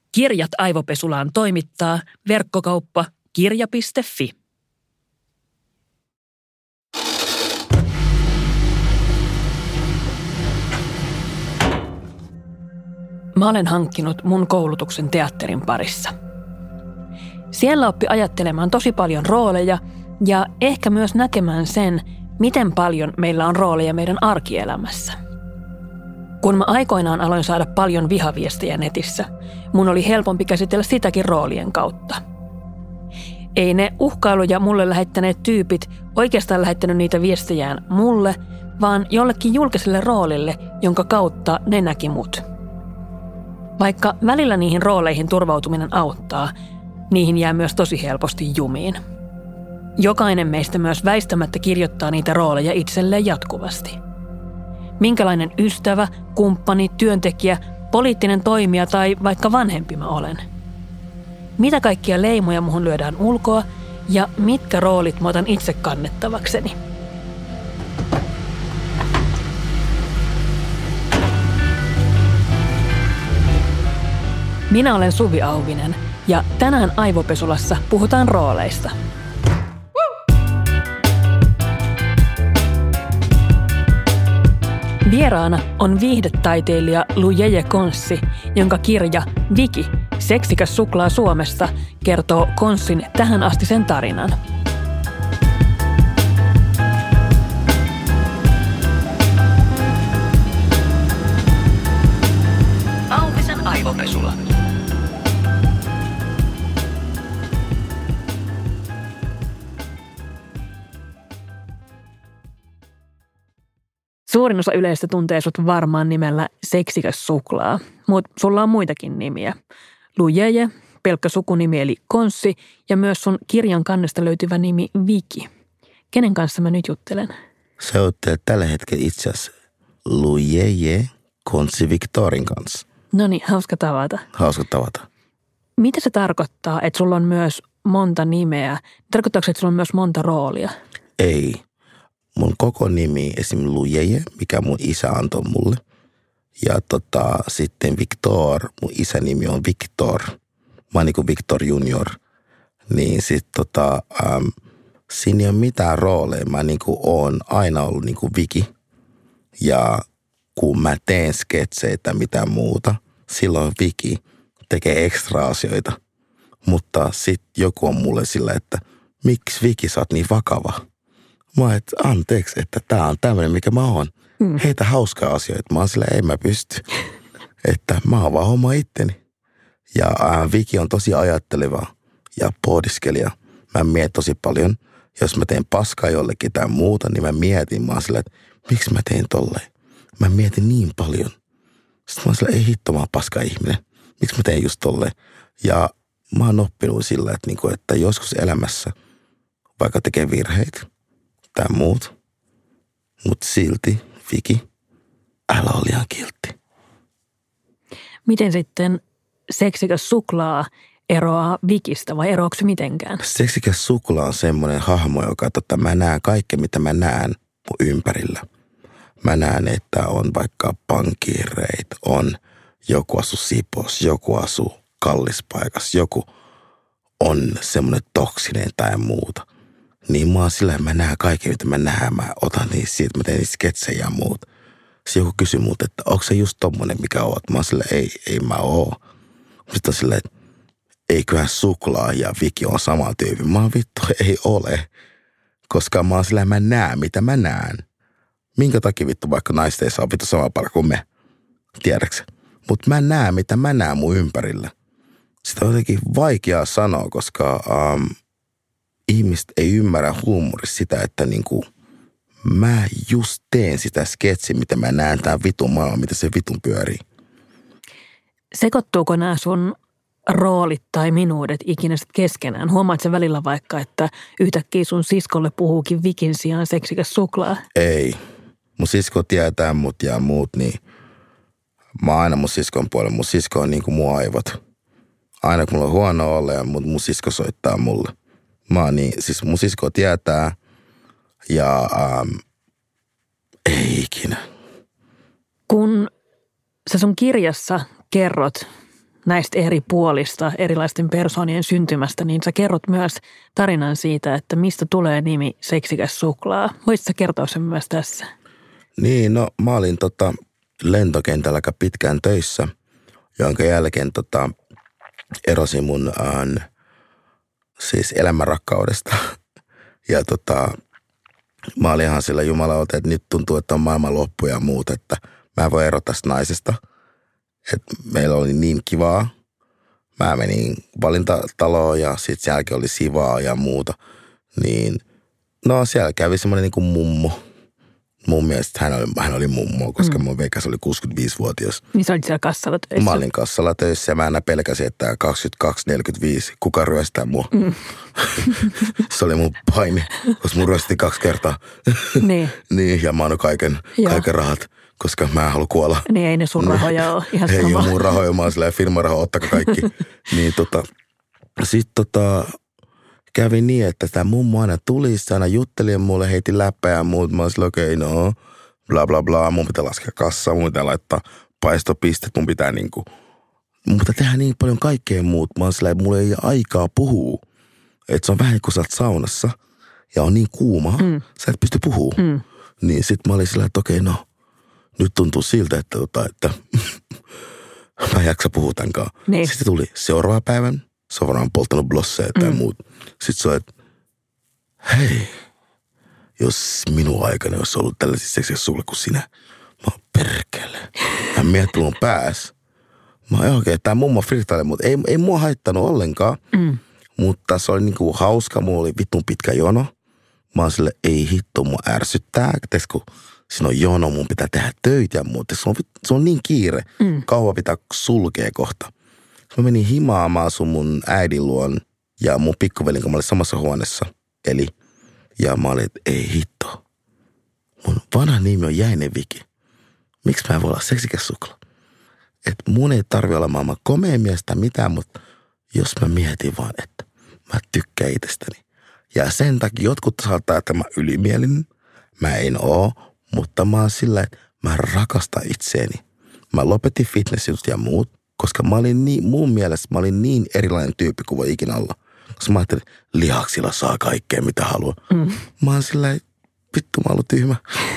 Kirjat aivopesulaan toimittaa verkkokauppa kirja.fi. Mä olen hankkinut mun koulutuksen teatterin parissa. Siellä oppi ajattelemaan tosi paljon rooleja ja ehkä myös näkemään sen, miten paljon meillä on rooleja meidän arkielämässä. Kun mä aikoinaan aloin saada paljon vihaviestejä netissä, mun oli helpompi käsitellä sitäkin roolien kautta. Ei ne uhkailuja mulle lähettäneet tyypit oikeastaan lähettänyt niitä viestejään mulle, vaan jollekin julkiselle roolille, jonka kautta ne näki mut. Vaikka välillä niihin rooleihin turvautuminen auttaa, niihin jää myös tosi helposti jumiin. Jokainen meistä myös väistämättä kirjoittaa niitä rooleja itselleen jatkuvasti. Minkälainen ystävä, kumppani, työntekijä, poliittinen toimija tai vaikka vanhempi mä olen? Mitä kaikkia leimoja muhun lyödään ulkoa ja mitkä roolit mä otan itse kannettavakseni? Minä olen Suvi Auvinen ja tänään Aivopesulassa puhutaan rooleista. Vieraana on viihdetaiteilija Lujeye Konssi, jonka kirja Viki, seksikäs suklaa Suomesta, kertoo Konssin tähänastisen tarinan. Auvisen aivopesula. Suurin osa yleistä tuntee sut varmaan nimellä seksikäs suklaa, mutta sulla on muitakin nimiä. Lujeye, pelkkä sukunimi eli Konssi ja myös sun kirjan kannesta löytyvä nimi Viki. Kenen kanssa mä nyt juttelen? Sä oot tällä hetkellä itse asiassa Lujeye Konssi Victorin kanssa. No niin, hauska tavata. Hauska tavata. Mitä se tarkoittaa, että sulla on myös monta nimeä? Tarkoittaako se, että sulla on myös monta roolia? Ei. Mun koko nimi esim. Lujeye, mikä mun isä antoi mulle. Ja sitten Victor, mun isän nimi on Victor. Mä oon niinku Victor Junior. Niin siinä ei ole mitään rooleja. Mä niinku oon aina ollut niinku Viki. Ja kun mä teen sketseitä mitään muuta, silloin Viki tekee ekstra asioita. Mutta sitten joku on mulle sillä, että miksi Viki sä oot niin vakava? Mä et anteeksi, että tää on tämmönen, mikä mä oon. Heitä hauskaa asioita. Mä oon sillä, ei mä pysty. Että mä oon vaan homma itteni. Ja Viki on tosi ajatteleva ja pohdiskelija. Mä mietin tosi paljon. Jos mä teen paskaa jollekin tai muuta, niin mä mietin. Mä oon sillä, että miksi mä tein tolleen? Mä mietin niin paljon. Sitten mä oon sillä, ei hitto, mä oon paska ihminen. Miksi mä tein just tolleen? Ja mä oon oppinut sillä, että joskus elämässä, vaikka tekee virheitä, tai muut. Mutta silti, Viki, älä ole liian kiltti. Miten sitten seksikäs suklaa eroaa Vikistä vai eroako se mitenkään? Seksikäs suklaa on semmoinen hahmo, joka mä näen kaikkea, mitä mä näen mun ympärillä. Mä näen, että on vaikka pankkiireitä, on joku asuu Sipossa, joku asuu kallispaikassa, joku on semmoinen toksinen tai muuta. Niin mä oon sillä, että mä näen kaiken, mitä mä näen. Mä otan niistä siitä, mä teen niistä sketsejä ja muut. Se joku kysyy multa, että onko se just tommonen, mikä oot? Mä oon sillä, ei mä oo. Sitten on sillä, että eiköhän suklaa ja Viki on sama tyyppi. Mä oon vittu, ei ole. Koska mä oon sillä, mä näen, mitä mä näen. Minkä takia vittu vaikka naista ei saa vittu sama paljon kuin me? Tiedäksä? Mutta mä näen, mitä mä näen mun ympärillä. Sitä on jotenkin vaikea sanoa, koska ihmiset ei ymmärrä huumorissa sitä, että niinku mä just teen sitä sketsiä, mitä mä näen tää vitun maailma, mitä se vitun pyörii. Sekoittuuko nämä sun roolit tai minuudet ikinä sit keskenään? Huomaat sä välillä vaikka, että yhtäkkiä sun siskolle puhuukin Vikin sijaan seksikäs suklaa? Ei. Mun sisko tietää mut ja muut, niin mä oon aina mun siskon puolella. Mun sisko on niinku mun aivot. Aina kun mulla on huono olla ja mun sisko soittaa mulle. Mä oon niin, siis mun sisko tietää ja ei ikinä. Kun sä sun kirjassa kerrot, näistä eri puolista, erilaisten persoonien syntymästä, niin sä kerrot myös tarinan siitä, että mistä tulee nimi Seksikäs suklaa. Voitko sä kertoa sen myös tässä? Niin, no mä olin lentokentällä aika pitkään töissä, jonka jälkeen erosin mun siis elämänrakkaudesta. Ja mä olin ihan sillä jumalauta, että nyt tuntuu, että on maailman loppu ja muut, että mä en voi erota tästä naisesta. Että meillä oli niin kivaa. Mä menin valintataloon ja sitten sen jälkeen oli sivaa ja muuta. Niin, no siellä kävi semmoinen niin kuin mummo. Mun mielestä hän oli mummo, koska mun veikas oli 65-vuotias. Niin sä olit siellä kassalla töissä? Mä olin kassalla töissä ja mä aina pelkäsin, että 22-45, kuka ryöstää mua. Se oli mun paini, koska mun ryösti 2 kertaa. Niin. Niin, ja mä annan kaiken rahat, koska mä en halua kuolla. Niin, ei ne sun rahoja ole ihan sama. Ei ole mun rahoja, mä oon silleen firmarahoja, ottakaa kaikki. Niin sitten kävi niin, että tämä mummo aina tuli, se aina jutteli mulle, heiti läppää ja muut. Mä oon silleen, okei, no, bla bla bla, mun pitää laskea kassaa, mun pitää laittaa paistopistet, mun pitää tehdä niin paljon kaikkea muut. Mä oon silleen, että mulla ei ole aikaa puhua. Että se on vähän niin kuin sä oot saunassa ja on niin kuuma, sä et pysty puhumaan. Niin sit mä olin silleen, että okei, no, nyt tuntuu siltä, että mä en jaksa puhua tämänkaan. Niin. Sitten tuli seuraava päivän. Se on varmaan polttanut blosseja tai muut. Sitten se on, että hei, jos minun aikana olisi ollut tällaisia seksiä sulle kuin sinä, mä oon perkele. Hän miettii mun päässä. Mä oon okei, tää mummo flirtaili, mutta ei mua haittanut ollenkaan. Mutta se oli niinku hauska, mulla oli vitun pitkä jono. Mä oon sille, ei hitto, mua ärsyttää. Kun siinä on jono, mun pitää tehdä töitä ja muuta. Se on niin kiire. Kauan pitää sulkea kohta. Mä menin himaamaan sun mun äidin luon ja mun pikkuvelin, kun mä olin samassa huoneessa. Ja mä olin, että ei hitto. Mun vanha nimi on Jäinen Viki. Miksi mä en voi olla seksikäs suklaa? Että mun ei tarvi olla maailman komea miestä mitään, mutta jos mä mietin vaan, että mä tykkään itsestäni. Ja sen takia jotkut saattaa, että mä ylimielinen. Mä en oo, mutta mä oon sillä, että mä rakastan itseäni. Mä lopetin fitnessjutut ja muut. Koska mun mielestä mä olin niin erilainen tyyppi kuin voi ikinä olla. Koska mä ajattelin, lihaksilla saa kaikkea mitä haluaa. Mä oon sillä vittu mä oon ollut tyhmä.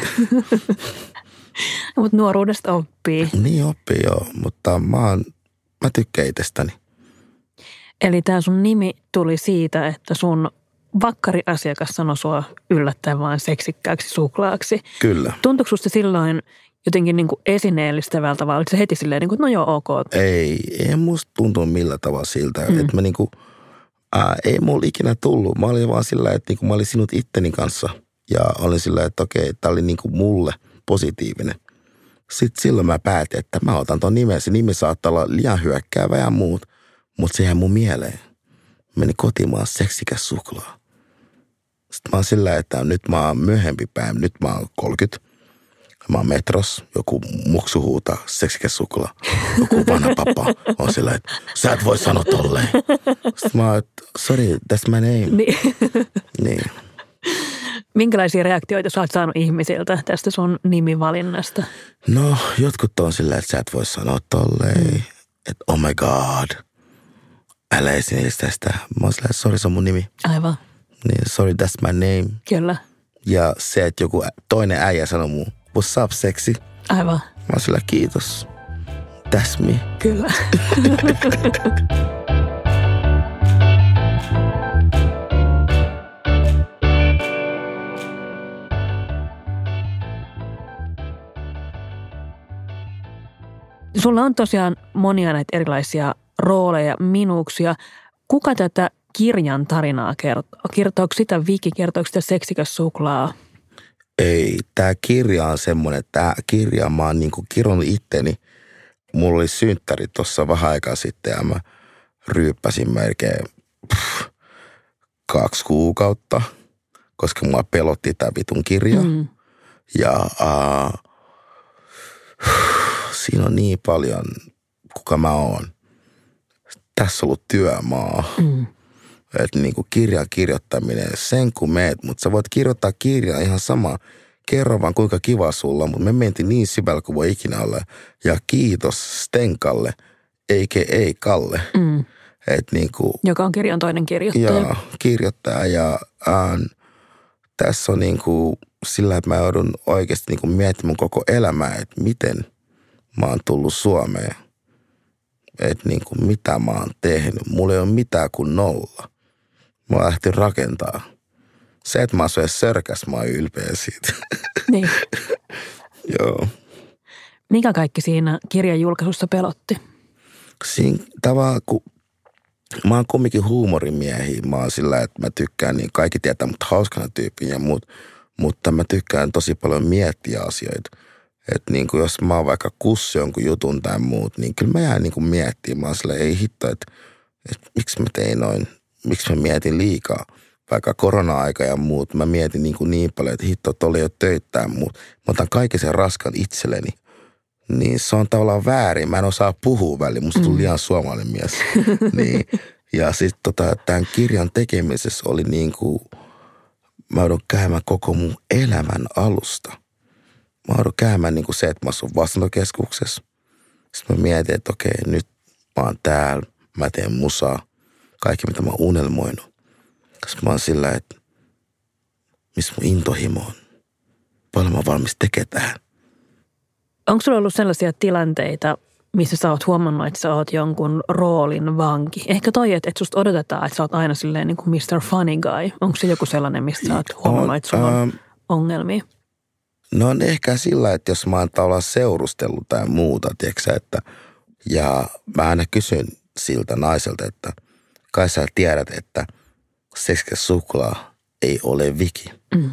Mutta nuoruudesta oppii. Niin oppii joo, mutta mä tykkään itsestäni. Eli tää sun nimi tuli siitä, että sun vakkariasiakas sanoi sua yllättäen vaan seksikkääksi suklaaksi. Kyllä. Tuntuiko susta silloin jotenkin niin kuin esineellistävältä, vai olit se heti silleen, niin kuin, no joo, ok. Ei musta tuntunut millään tavalla siltä. Että mä ei mulla ikinä tullut. Mä olin vaan sillä, että mä olin sinut itteni kanssa. Ja olin sillä, että okei, tää oli mulle positiivinen. Sitten silloin mä päätin, että mä otan ton nimen. Se nimi saattaa olla liian hyökkäävä ja muut. Mutta se jäi mun mieleen. Meni kotimaan seksikäs suklaa. Sitten mä oon sillä, että nyt mä oon myöhempi päin. Nyt mä oon 30. Mä oon metros, joku muksu huutaa, seksikäs suklaa. Joku vanha papa on sillä, että sä et voi sanoa tolleen. Sitten mä oon, sorry, that's my name. Niin. Minkälaisia reaktioita sä oot saanut ihmisiltä tästä sun nimivalinnasta? No, jotkut on sillä, että sä et voi sanoa tolleen. Että oh my god, älä esineellistä sitä. Mä oon sillä, että sorry, se on mun nimi. Aivan. Niin, sorry, that's my name. Kyllä. Ja se, että joku toinen äijä sanoo mun, what's up, seksi? Aivan. Mä oon sillä, kiitos. That's me. Kyllä. Sulla on tosiaan monia näitä erilaisia rooleja, minuuksia. Kuka tätä kirjan tarinaa kertoo? Kertooko sitä Viki, kertooko sitä seksikäs suklaa? Ei, tää kirja on semmoinen, että tää kirja mä oon niinku kirjannut itteni. Mulla oli synttäri tuossa vähän aikaa sitten ja mä ryyppäsin melkein 2 kuukautta, koska mua pelotti tää vitun kirja. Ja siinä on niin paljon, kuka mä oon. Tässä on ollut työmaa. Että niinku kirjan kirjoittaminen, sen kun meet, mutta sä voit kirjoittaa kirjaa ihan sama. Kerro vaan kuinka kiva sulla, mutta me mentiin niin syvällä kuin voi ikinä olla. Ja kiitos Stenkalle, a.k.a. Kalle. Et niinku, joka on kirjan toinen kirjoittaja. Joo, kirjoittaja ja tässä on niinku sillä, että mä joudun oikeasti niinku miettimään koko elämää, että miten mä oon tullut Suomeen. Että niinku mitä mä oon tehnyt. Mulla ei ole mitään kuin nolla. Mä oon lähtenyt rakentaa. Se, että mä asuin Sörkäs, mä oon ylpeä siitä. Niin. Joo. Mikä kaikki siinä kirjan julkaisussa pelotti? Siinä tavallaan, kun mä oon kumminkin huumorimiehiä. Mä oon sillä, että mä tykkään, niin kaikki tietää mut hauskana tyyppiä, mutta mä tykkään tosi paljon miettiä asioita. Että niin kuin jos mä oon vaikka kussi jonkun jutun tai muut, niin kyllä mä jään niin kuin miettimään. Mä oon sillä, ei hitto, että miksi mä tein noin, miksi mä mietin liikaa. Vaikka korona-aika ja muut, mä mietin niin paljon, että hitto, että oli jo töittää muut. Mä otan kaiken sen raskan itselleni. Niin se on tavallaan väärin. Mä en osaa puhua väliin. Musta tuli liian suomalainen mies. Niin. Ja sitten tämän kirjan tekemisessä oli niin kuin, mä joudun käymään koko mun elämän alusta. Mä joudun käymään niin kuin se, että mä asun vastaanottokeskuksessa. Sitten mä mietin, että okei, nyt mä oon täällä. Mä teen musaa. Kaikki, mitä mä oon unelmoinut. Koska mä oon sillä, että missä mun intohimo on. Paljon mä oon valmis tekemään tähän. Onko sulla ollut sellaisia tilanteita, missä sä oot huomannut, että sä oot jonkun roolin vanki? Ehkä toi, että susta odotetaan, että sä oot aina silleen niin kuin Mr. Funny Guy. Onko se joku sellainen, mistä sä oot huomannut, että sulla on ongelmia? No on ehkä sillä, että jos mä oon tavallaan seurustellut tai muuta, tiedätkö, että ja mä aina kysyn siltä naiselta, että kai sä tiedät, että seksikäs suklaa ei ole viki.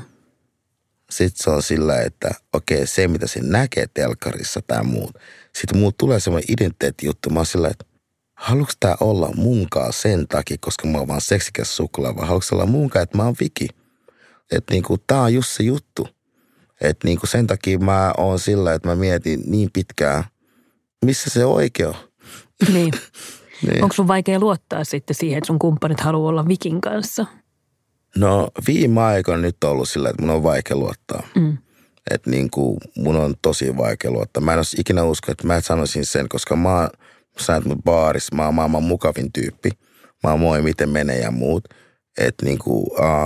Sitten se on sillä, että okei, se mitä se näkee telkkarissa tai muut. Sitten muut tulee semmoinen identiteettijuttu. Mä oon sillä, että haluatko tää olla munkaan sen takia, koska mä oon vaan seksikäs suklaa, vai haluatko olla munkaan, että mä oon viki? Että niinku tää on just se juttu. Että niinku sen takia mä oon sillä, että mä mietin niin pitkään, missä se oikein on. Niin. Niin. Onko sun vaikea luottaa sitten siihen, että sun kumppanit haluaa olla vikin kanssa? No viime aikoina nyt on ollut sillä, että mun on vaikea luottaa. Että niin kuin mun on tosi vaikea luottaa. Mä en olisi ikinä usko, että mä sanoisin sen, koska mä sanon, että baarissa mä oon maailman mukavin tyyppi. Mä oon moi, miten menee ja muut. Että niin kuin,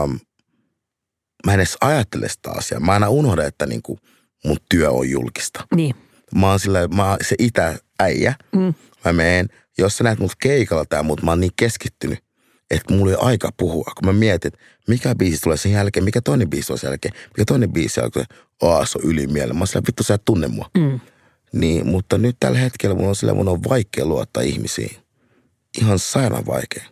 mä en edes ajattele sitä asiaa. Mä aina unohdan, että niin kuin mun työ on julkista. Niin. Mä oon sillä, mä oon se itä-äijä. Mä menen, jos sä näet mut keikalla tai mut, mä oon niin keskittynyt, että mulla ei ole aika puhua. Kun mä mietin, että mikä biisi tulee sen jälkeen, mikä toinen biisi tulee sen jälkeen, mikä toinen biisi jälkeen, se on ylimielinen. Mä oon sillä, vittu sä et tunne mua. Niin, mutta nyt tällä hetkellä mun on vaikea luottaa ihmisiin. Ihan sairaan vaikea.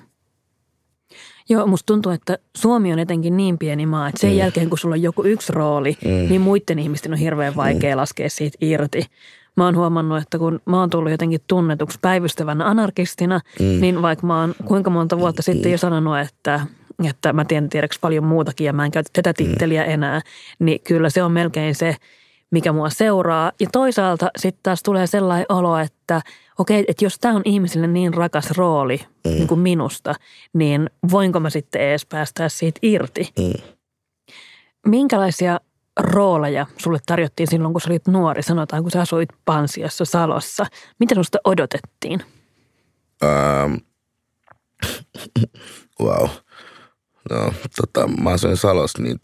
Joo, musta tuntuu, että Suomi on etenkin niin pieni maa, että sen jälkeen kun sulla on joku yksi rooli, niin muiden ihmisten on hirveän vaikea laskea siitä irti. Mä oon huomannut, että kun mä oon tullut jotenkin tunnetuksi päivystävänä anarkistina, niin vaikka mä oon kuinka monta vuotta sitten jo sanonut, että mä tiedäks paljon muutakin ja mä en käytä tätä titteliä enää, niin kyllä se on melkein se, mikä mua seuraa. Ja toisaalta sitten taas tulee sellainen olo, että okei, että jos tämä on ihmisille niin rakas rooli niin kuin minusta, niin voinko mä sitten edes päästää siitä irti? Minkälaisia rooleja sulle tarjottiin silloin, kun sä olit nuori? Sanotaan, kun sä asuit Pansiossa, Salossa. Mitä susta odotettiin? Wow. No, mä asuin Salossa, niin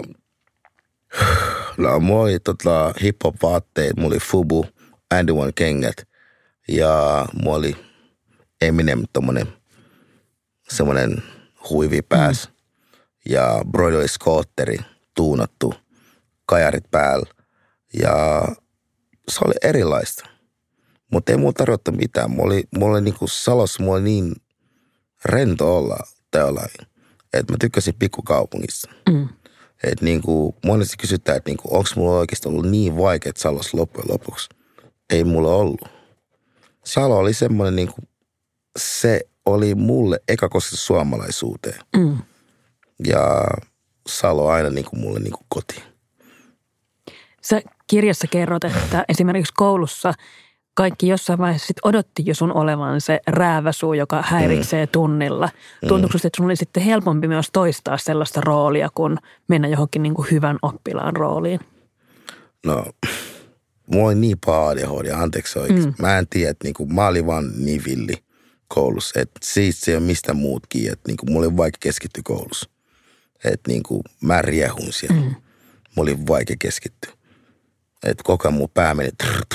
no, mulla oli hip-hop-vaatteet, mulla oli Fubu, Andy One kengät ja mulla oli Eminem semmonen huivi päässä ja broidi oli skootteri, tuunattu, kajarit päällä ja se oli erilaista. Mutta ei mulla tarvittu mitään. Mulla oli niinku Salossa, mulla oli niin rento olla teollain, että mä tykkäsin pikkukaupungissa. Että niinku monesti kysytään, että niinku, onko mulla oikeasti ollut niin vaikea Salossa loppujen lopuksi. Ei mulla ollut. Salo oli semmoinen niinku, se oli mulle eka kosketus suomalaisuuteen. Ja Salo aina niinku mulle niinku koti. Sä kirjassa kerrot, että esimerkiksi koulussa kaikki jossain vaiheessa sit odotti jo sun olevan se rääväsuu, joka häiritsee tunnilla. Tuntuuko sinusta, että sun oli sitten helpompi myös toistaa sellaista roolia, kuin mennä johonkin niin kuin hyvän oppilaan rooliin? No, Mulla oli niin paljon ADHD, anteeksi oikein. Mä en tiedä, että niinku, mä olin vaan niin villi koulussa. Että siitä se ei ole mistään muutkin, että niinku, mulla oli vaikea keskittyä koulussa. Että niinku, mä riehun siellä. Mulla oli vaikea keskittyä. Että koko ajan mun pää meni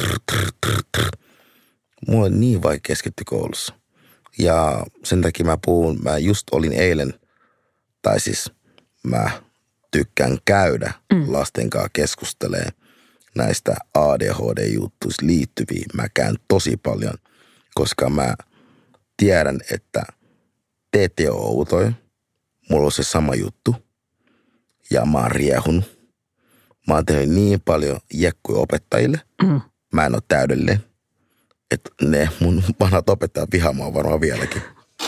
Mulla oli niin vaikea keskittyä koulussa. Ja sen takia mä just olin eilen, tai siis mä tykkään käydä lasten kanssa keskustelemaan näistä ADHD-juttuista liittyviä. Mä käyn tosi paljon, koska mä tiedän, että te ette ole outoja. Mulla on se sama juttu. Ja mä oon riehunut. Mä oon tehnyt niin paljon jekkuja opettajille. Mä en ole täydellinen. Että ne mun vanhat opettajat vihaamaan varmaan vieläkin.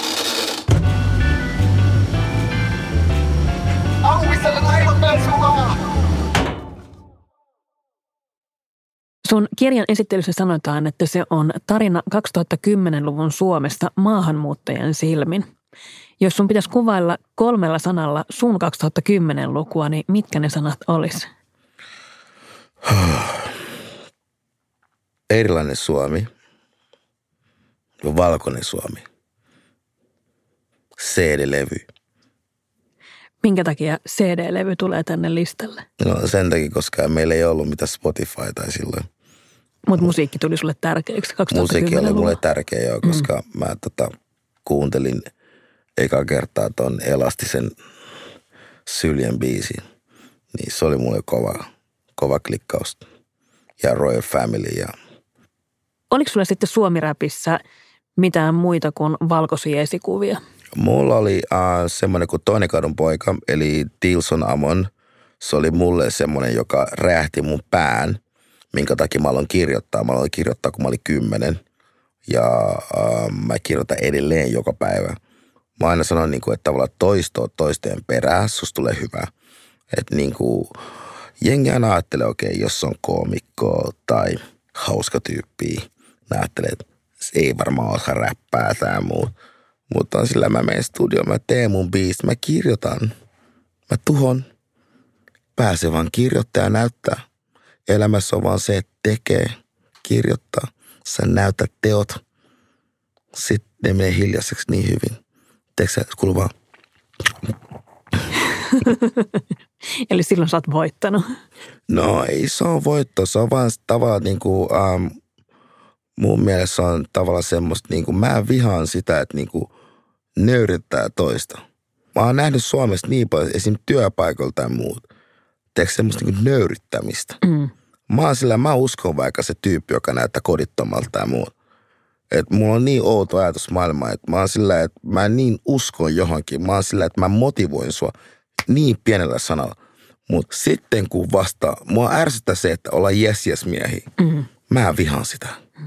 Sun kirjan esittelyssä sanotaan, että se on tarina 2010-luvun Suomesta maahanmuuttajien silmin. Jos sun pitäisi kuvailla 3 sanalla sun 2010-lukua, niin mitkä ne sanat olisi? Erilainen Suomi. Valkoinen Suomi. CD-levy. Minkä takia CD-levy tulee tänne listalle? No sen takia, koska meillä ei ollut mitään Spotify tai silloin. Mutta musiikki tuli sulle tärkeäksi 2010-luvulla? Musiikki oli mulle tärkeä joo, koska mä kuuntelin eka kertaa ton Elastisen Syljen biisin. Niin se oli mulle kova klikkaus. Ja Royal Family ja... Oliko sulla sitten Suomi-räpissä mitään muita kuin valkoisia esikuvia? Mulla oli semmoinen kuin Toinen kadun poika, eli Tilson Amon. Se oli mulle semmoinen, joka räjähti mun pään, minkä takia mä aloin kirjoittaa. Mä aloin kirjoittaa, kun mä olin 10. Ja mä kirjoitan edelleen joka päivä. Mä aina sanon, että tavallaan toistoa toisteen perään, susta tulee hyvä. Että jengi aina ajattelee, okei, jos se on koomikko tai hauska tyyppi, mä ajattelen, että se ei varmaan osaa räppää tai muu. Mutta on sillä mä menen studioon, mä teen mun biisit, mä kirjoitan, mä tuhon. Pääsee vaan kirjoittaa ja näyttää. Elämässä on vaan se, että tekee, kirjoittaa. Sä näytät teot. Sitten ne menee hiljaiseksi niin hyvin. Teekö sä, kuuluu vaan... Eli silloin sä oot voittanut. No ei se on voitto, se on vaan tavallaan mun mielestä on tavallaan semmoista mä vihaan sitä, että nöyrittää toista. Mä oon nähnyt Suomessa niin paljon, esim. Työpaikoilla tai muut. Teekö semmoista nöyrittämistä? Mä uskon vaikka se tyyppi, joka näyttää kodittomalta tai muut. Että mulla on niin outo ajatus maailmaa, että mä oon sillä, että mä niin uskon johonkin. Mä oon sillä, että mä motivoin sua niin pienellä sanalla. Mutta sitten kun mua ärsyttää se, että ollaan yes miehiä. Mä vihaan sitä.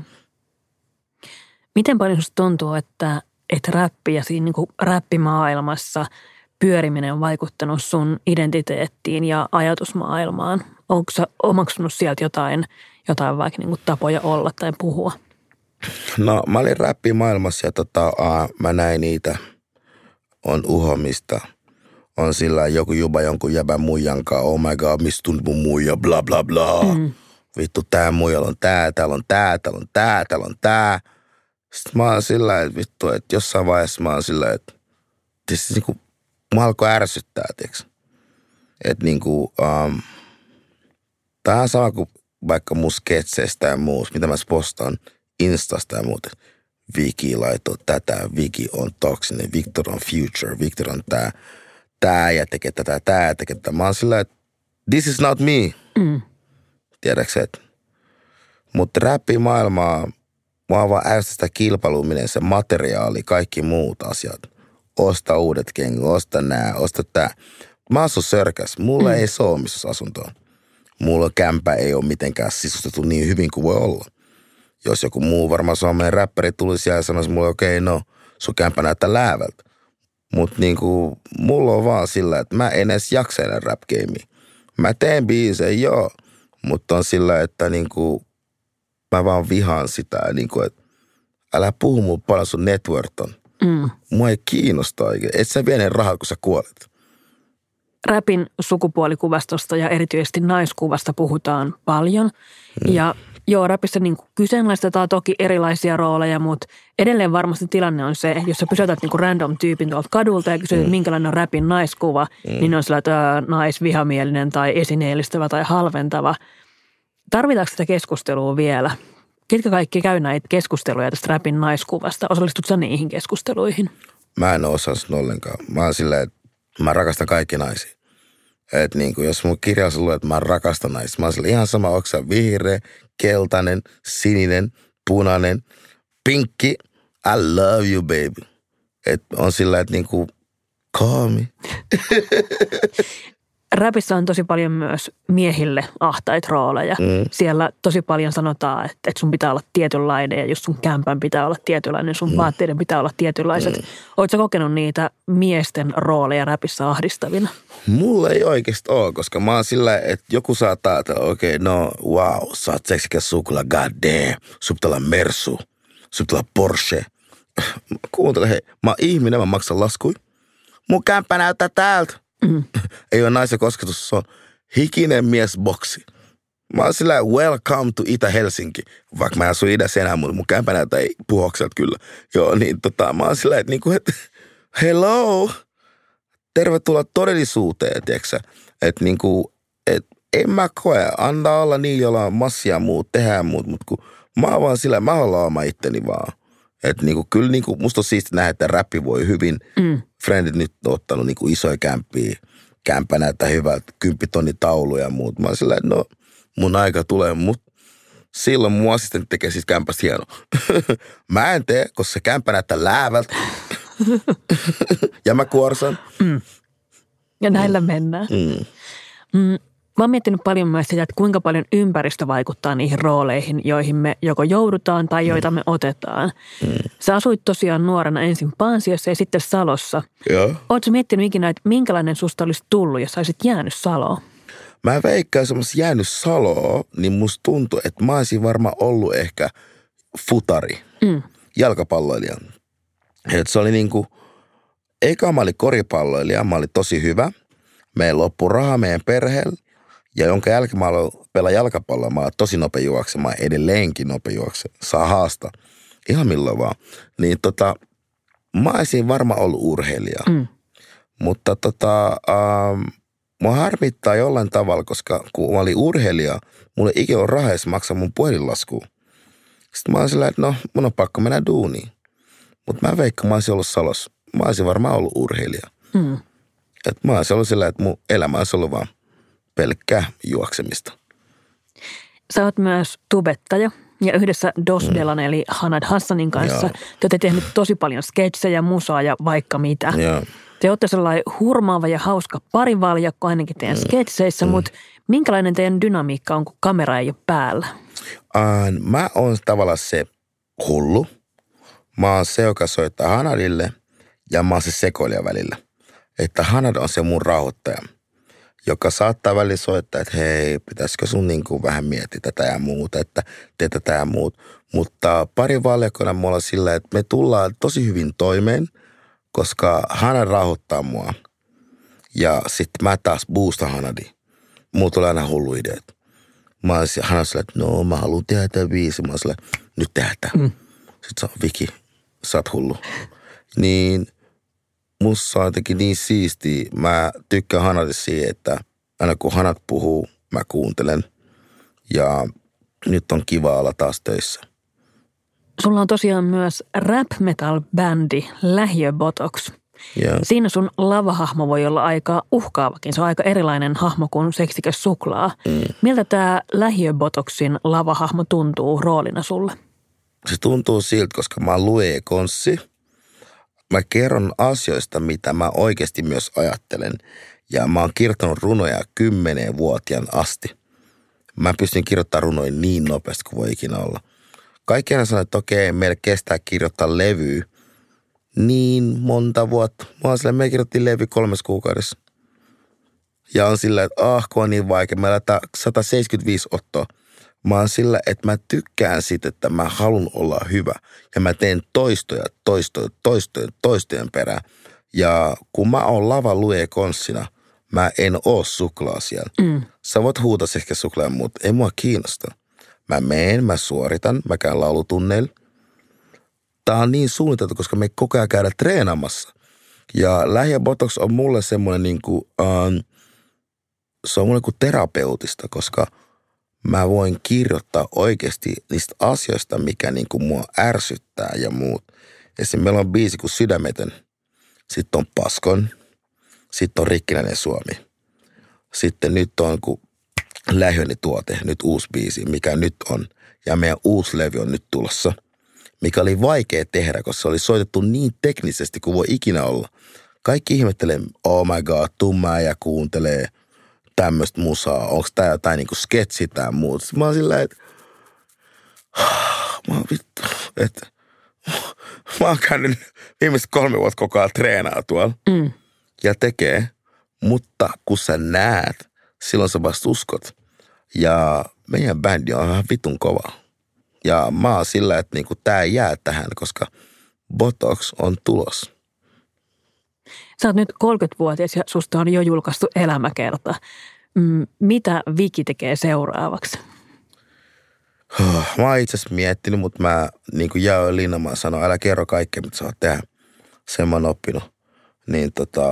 Miten paljon susta tuntuu, että räppi ja siinä räppimaailmassa pyöriminen on vaikuttanut sun identiteettiin ja ajatusmaailmaan? Onko sä omaksunut sieltä jotain vaikka tapoja olla tai puhua? No mä olin räppimaailmassa ja mä näin niitä. On uhomista. On sillä joku juba jonkun jäbän muijankaan. Oh my god, mistä tuntuu mun muija, bla bla bla. Vittu, tää muijalla on tää, täällä on tää, täällä on tää, täällä on tää. Sitten mä oon sillä, että vittu, että jossain vaiheessa mä oon sillä, että siis mä alkoi ärsyttää, tiiäks. Että tää on sama kuin vaikka mun sketseistä ja muusta, mitä mä postaan Instasta ja muuta. Viki laitoi tätä, Viki on toksinen, Victor on future, Victor on tää ja tekee tätä, tää tekee tätä. Mä oon sillä, että this is not me. Tiedätkö, että mutta räppimaailmaa, mua vaan ärsyttää sitä kilpailuminen, se materiaali, kaikki muut asiat. Osta uudet kengät, osta nää, osta tää. Mä asun Sörkäs, mulla ei se ole omistusasuntoa. Mulla kämpä ei ole mitenkään sisustettu niin hyvin kuin voi olla. Jos joku muu varmaan suomalainen räppäri tulisi ja sanoisi mulle, okei, no, sun kämpä näyttää läävältä. Mutta mulla on vaan sillä, että mä en edes jaksa enää rap-gamea. Mä teen biisejä, joo, mutta on sillä, että mä vaan vihaan sitä, että älä puhu mulle paljon sun network on. Mua ei kiinnosta oikein. Et sä vie ne rahat, kun sä kuolet. Räpin sukupuolikuvastosta ja erityisesti naiskuvasta puhutaan paljon. Ja joo, räpissä niin kuin kyseenalaistetaan toki erilaisia rooleja, mutta edelleen varmasti tilanne on se, jos sä pysäytät niin kuin random tyypin tuolta kadulta ja kysyt, minkälainen on räpin naiskuva, niin ne on sillä, että naisvihamielinen tai esineellistävä tai halventava. Tarvitaanko sitä keskustelua vielä? Ketkä kaikki käy näitä keskusteluja tästä räpin naiskuvasta? Osallistutko sä niihin keskusteluihin? Mä en osaa sen ollenkaan. Mä oon silleen, että mä rakastan kaikki naisia. Että niin kuin jos mun kirjassa luet, että mä rakastan naisia. Mä oon silleen ihan sama, onko sä vihreä, keltainen, sininen, punainen, pinkki. I love you, baby. Että on sillä, että niin kuin call me. Räpissä on tosi paljon myös miehille ahtaita rooleja. Siellä tosi paljon sanotaan, että sun pitää olla tietynlainen ja just sun kämpän pitää olla tietynlainen, sun vaatteiden pitää olla tietynlaiset. Oletko sä kokenut niitä miesten rooleja räpissä ahdistavina? Mulla ei oikeasti ole, koska mä oon sillä, että joku saattaa ajatella, okei, no wow, sä oot seksikäs sukula, god damn, sun pitää olla Mersu, sun pitää olla Porsche. Kuuntele, hei, mä oon ihminen, mä maksan laskui. Mun kämppä näyttää täältä. Ei ole naisen kosketus, se on hikinen miesboksi. Mä oon sillä welcome to Itä-Helsinki, vaikka mä asun idässä enää, mutta mun kämpä näyttää puhokselta kyllä. Joo, niin mä oon sillä, että niinku, et, hello, tervetuloa todellisuuteen, tiiäksä. Että niinku, et en mä koe, anna olla niin, jolla on massia muut, tehdään muut, mutta kun mä oon vaan sillä, mä haluan oma itteni vaan. Että niinku, kyllä niinku, musta on siisti nähdä, että räppi voi hyvin. Friendit nyt on ottanut niinku isoja kämppiä. Kämppä näyttää hyvältä, 10 tonnin taulu ja muut. Mä oon sillä, että no, mun aika tulee, mutta silloin mun assistentti tekee siis kämpästä hienoa. Mä en tee, koska se kämppä näyttää läävältä. Ja mä kuorsan. Ja näillä mennään. Mä oon miettinyt paljon myös sitä, että kuinka paljon ympäristö vaikuttaa niihin rooleihin, joihin me joko joudutaan tai joita me otetaan. Sä asuit tosiaan nuorena ensin Paansiossa ja sitten Salossa. Joo. Ootko miettinyt ikinä, että minkälainen susta olisi tullut, jos olisit jäänyt Saloon? Mä veikkaan, jos olisin jäänyt Saloon, niin musta tuntui, että mä olisin varmaan ollut ehkä futari, jalkapalloilija. Et se oli niinku, eka mä olin koripalloilija, mä olin tosi hyvä. Meillä loppui raha meidän perheellä. Ja jonka jälkeen mä aloin pelaa jalkapalloa, mä oon tosi nopea juoksemaan, edelleenkin nopea juoksemaan, saa haastaa, ihan milloin vaan. Niin mä olisin varmaan ollut urheilija, mutta mua harmittaa jollain tavalla, koska kun mä olin urheilija, mulla ei ikinä ole rahaa edes maksaa mun puhelinlaskuun. Sitten mä olin sillä, että no, mun on pakko mennä duuniin. Mutta mä veikkaan, mä olisin ollut Salossa. Mä olisin varmaan ollut urheilija. Että mä olisin ollut sillä, että mun elämä olisi ollut vaan pelkkää juoksemista. Sä oot myös tubettaja ja yhdessä Dos Delan eli Hanad Hassanin kanssa te olette tehnyt tosi paljon sketsejä, musaa ja vaikka mitä. Joo. Te olette sellainen hurmaava ja hauska parivaljakko ainakin teidän sketseissä, mutta minkälainen teidän dynamiikka on, kun kamera ei ole päällä? Mä oon tavallaan se hullu. Mä oon se, joka soittaa Hanadille ja mä oon se sekoilija välillä. Että Hanad on se mun rauhoittaja, joka saattaa välillä soittaa, että hei, pitäisikö sun niin kuin vähän miettiä tätä ja muuta, että tee tätä ja muut. Mutta parivaljakkona me ollaan sillä, että me tullaan tosi hyvin toimeen, koska Hanad rauhoittaa mua. Ja sitten mä taas boostan Hanadia. Mulla tulee aina hullu ideat. Mä oon Hanad sillä, että no mä haluan tehdä tämän biisi. Mä oon sillä, nyt tehdään. Sitten se on Viki, sä oot hullu. Niin musta on jotenkin niin siistiä. Mä tykkään Hanadissa siihen, että aina kun Hanad puhuu, mä kuuntelen. Ja nyt on kiva olla taas töissä. Sulla on tosiaan myös rap-metal-bändi Lähiöbotox. Yeah. Siinä sun lavahahmo voi olla aika uhkaavakin. Se on aika erilainen hahmo kuin seksikäs suklaa. Miltä tää Lähiöbotoxin lavahahmo tuntuu roolina sulle? Se tuntuu siltä, koska mä oon Louis Konssi. Mä kerron asioista, mitä mä oikeasti myös ajattelen. Ja mä oon kirjoittanut runoja 10-vuotiaan asti. Mä pystyn kirjoittamaan runoja niin nopeasti kuin voi ikinä olla. Kaikki aina sanoo, että okei, meillä kestää kirjoittaa levyä niin monta vuotta. Mä oon silleen, me kirjoittiin levy 3 kuukaudessa. Ja on sillä, että kun on niin vaikea. Meillä on 175 ottoa. Mä oon sillä, että mä tykkään siitä, että mä haluan olla hyvä. Ja mä teen toistojen perään. Ja kun mä oon lava Louis Konssina, Mä en oo suklaa siellä. Sä voit huutaa ehkä suklaa, mutta ei mua kiinnosta. Mä suoritan, mä käyn laulutunneilla. Tää on niin suunniteltu, koska me koko ajan käydään treenaamassa. Ja lähi- botox on mulle semmoinen niinku, se on mulle kuin terapeutista, koska mä voin kirjoittaa oikeasti niistä asioista, mikä niinku mua ärsyttää ja muut. Esimerkiksi meillä on biisi kuin Sydämetön. Sitten on Paskon. Sitten on Rikkinäinen Suomi. Sitten nyt on kuin Lähiöni tuote, nyt uusi biisi, mikä nyt on. Ja meidän uusi levy on nyt tulossa. Mikä oli vaikea tehdä, koska se oli soitettu niin teknisesti kuin voi ikinä olla. Kaikki ihmettelee, oh my god, tummaa ja kuuntelee tämmöistä musaa. Onko tää jotain niinku sketsi tai muut. Mä oon sillä, että mä oon käynyt viimeiset 3 vuotta koko ajan treenaa tuolla ja tekee. Mutta kun sä näet, silloin sä vasta uskot. Ja meidän bändi on ihan vitun kova. Ja mä oon sillä, että niinku tää ei jää tähän, koska Botox on tulos. Sä oot nyt 30-vuotias ja susta on jo julkaistu elämäkerta. Mitä Viki tekee seuraavaksi? Mä oon itse asiassa miettinyt, mutta mä niin kuin Jaoin Linnamaan sanoin, älä kerro kaikkea, mitä sä oot tehdä. Sen mä oon oppinut. Niin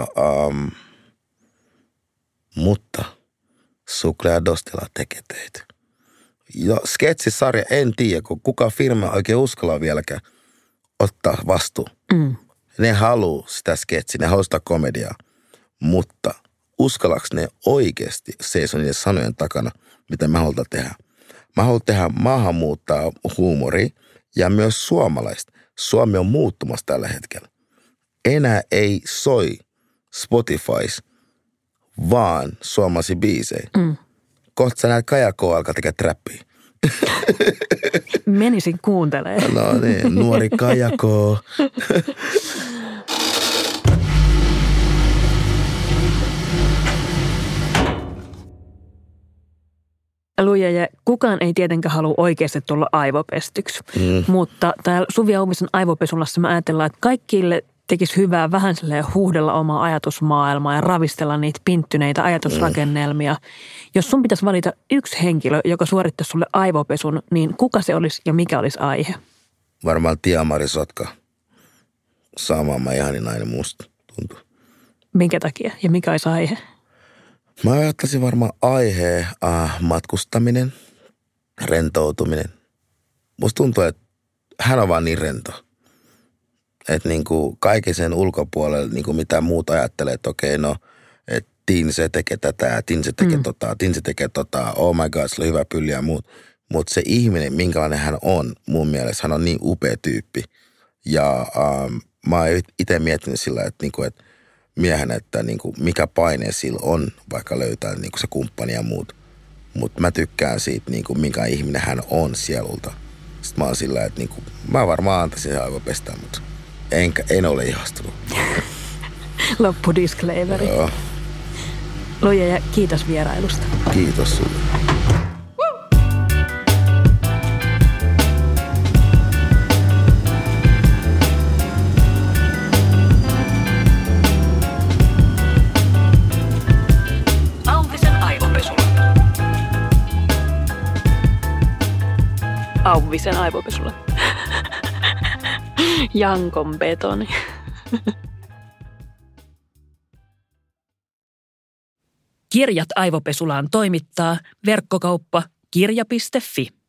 mutta Suklea ja Dostela tekee töitä. Ja sketsisarja en tiedä, kun kuka firma oikein uskalla vieläkään ottaa vastuu. Ne haluaa sitä sketsiä, ne haluaa sitä komediaa, mutta uskallaks ne oikeasti seisoo niiden sanojen takana, mitä mä halutaan tehdä. Mä haluan tehdä maahanmuuttaa huumoria ja myös suomalaista. Suomi on muuttumassa tällä hetkellä. Enää ei soi Spotifys, vaan suomalaisia biisejä. Kohta sä näet Kaija K. alkaa tekemään trappia. Menisin kuuntelemaan. No niin, nuori Kaija K. Luja, kukaan ei tietenkään halua oikeasti tulla aivopestyksi, mutta täällä Suvi Auvisen aivopesulassa me ajatellaan, että kaikille tekisi hyvää vähän silleen huuhdella omaa ajatusmaailmaa ja ravistella niitä pinttyneitä ajatusrakennelmia. Jos sun pitäisi valita yksi henkilö, joka suorittaisi sulle aivopesun, niin kuka se olisi ja mikä olisi aihe? Varmaan Tiamari Sotka. Sama mä ihanin nainen musta tuntuu. Minkä takia ja mikä olisi aihe? Mä ajattelisin varmaan aiheen matkustaminen, rentoutuminen. Musta tuntuu, että hän on vaan niin rento. Että niinku kaiken sen ulkopuolella, niinku mitä muut ajattelee, että okei, no, että Tin se tekee tätä, Tin se tekee Tin se tekee oh my god, sillä on hyvä pylli ja muut. Mutta se ihminen, minkälainen hän on, mun mielestä hän on niin upea tyyppi. Ja mä oon itse miettinyt sillä, että niinku, et miehenä, että niinku, mikä paine sillä on, vaikka löytää niinku se kumppani ja muut. Mutta mä tykkään siitä, niinku, minkä ihminen hän on sielulta. Sitten mä oon sillä, että niinku, mä varmaan antaisin sen aivopestään, mutta en ole ihastunut. Loppudisclaimeri. Joo. Luja ja kiitos vierailusta. Kiitos sulle. Auvisen aivopesulla. Jankon betoni. Kirjat aivopesulaan toimittaa verkkokauppa kirja.fi.